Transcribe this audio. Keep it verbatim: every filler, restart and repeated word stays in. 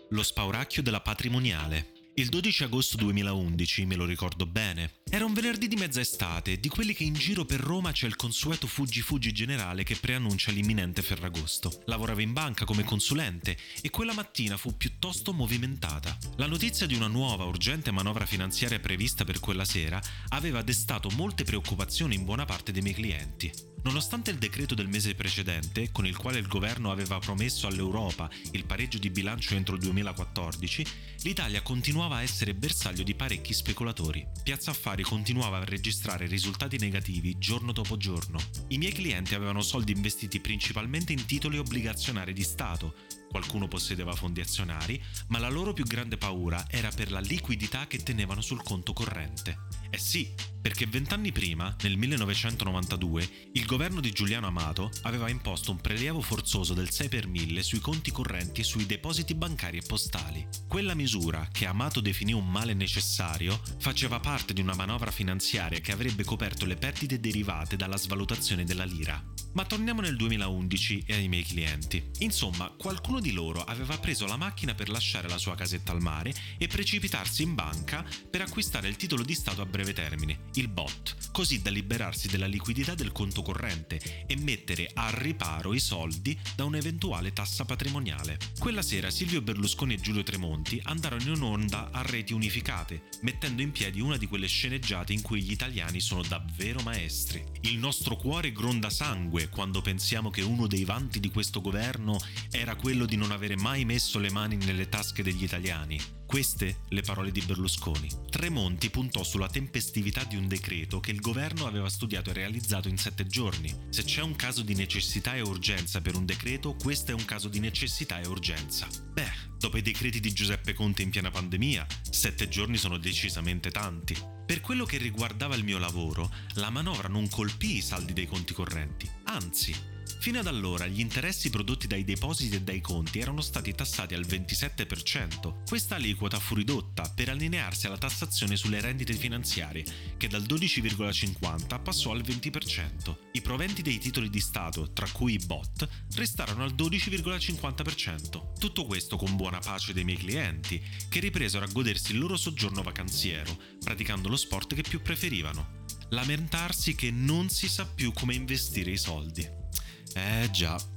Lo spauracchio della patrimoniale. Il dodici agosto duemilaundici, me lo ricordo bene, era un venerdì di mezza estate, di quelli che in giro per Roma c'è il consueto fuggi-fuggi generale che preannuncia l'imminente Ferragosto. Lavoravo in banca come consulente e quella mattina fu piuttosto movimentata. La notizia di una nuova urgente manovra finanziaria prevista per quella sera aveva destato molte preoccupazioni in buona parte dei miei clienti. Nonostante il decreto del mese precedente, con il quale il governo aveva promesso all'Europa il pareggio di bilancio entro il duemilaquattordici, l'Italia continuava a essere bersaglio di parecchi speculatori. Piazza Affari continuava a registrare risultati negativi giorno dopo giorno. I miei clienti avevano soldi investiti principalmente in titoli obbligazionari di Stato. Qualcuno possedeva fondi azionari, ma la loro più grande paura era per la liquidità che tenevano sul conto corrente. Eh sì, perché vent'anni prima, nel millenovecentonovantadue, il governo di Giuliano Amato aveva imposto un prelievo forzoso del sei per mille sui conti correnti e sui depositi bancari e postali. Quella misura, che Amato definì un male necessario, faceva parte di una manovra finanziaria che avrebbe coperto le perdite derivate dalla svalutazione della lira. Ma torniamo nel duemilaundici e ai miei clienti. Insomma, qualcuno di loro aveva preso la macchina per lasciare la sua casetta al mare e precipitarsi in banca per acquistare il titolo di Stato a breve termine, il B O T, così da liberarsi della liquidità del conto corrente e mettere a riparo i soldi da un'eventuale tassa patrimoniale. Quella sera Silvio Berlusconi e Giulio Tremonti andarono in onda a reti unificate, mettendo in piedi una di quelle sceneggiate in cui gli italiani sono davvero maestri. Il nostro cuore gronda sangue quando pensiamo che uno dei vanti di questo governo era quello di non avere mai messo le mani nelle tasche degli italiani. Queste le parole di Berlusconi. Tremonti puntò sulla tempestività di un decreto che il governo aveva studiato e realizzato in sette giorni. Se c'è un caso di necessità e urgenza per un decreto, questo è un caso di necessità e urgenza. Beh, dopo i decreti di Giuseppe Conte in piena pandemia, sette giorni sono decisamente tanti. Per quello che riguardava il mio lavoro, la manovra non colpì i saldi dei conti correnti, anzi. Fino ad allora gli interessi prodotti dai depositi e dai conti erano stati tassati al ventisette per cento. Questa aliquota fu ridotta per allinearsi alla tassazione sulle rendite finanziarie, che dal dodici virgola cinquanta passò al venti per cento. I proventi dei titoli di Stato, tra cui i B O T, restarono al dodici virgola cinquanta per cento. Tutto questo con buona pace dei miei clienti, che ripresero a godersi il loro soggiorno vacanziero, praticando lo sport che più preferivano: lamentarsi che non si sa più come investire i soldi. Eh già.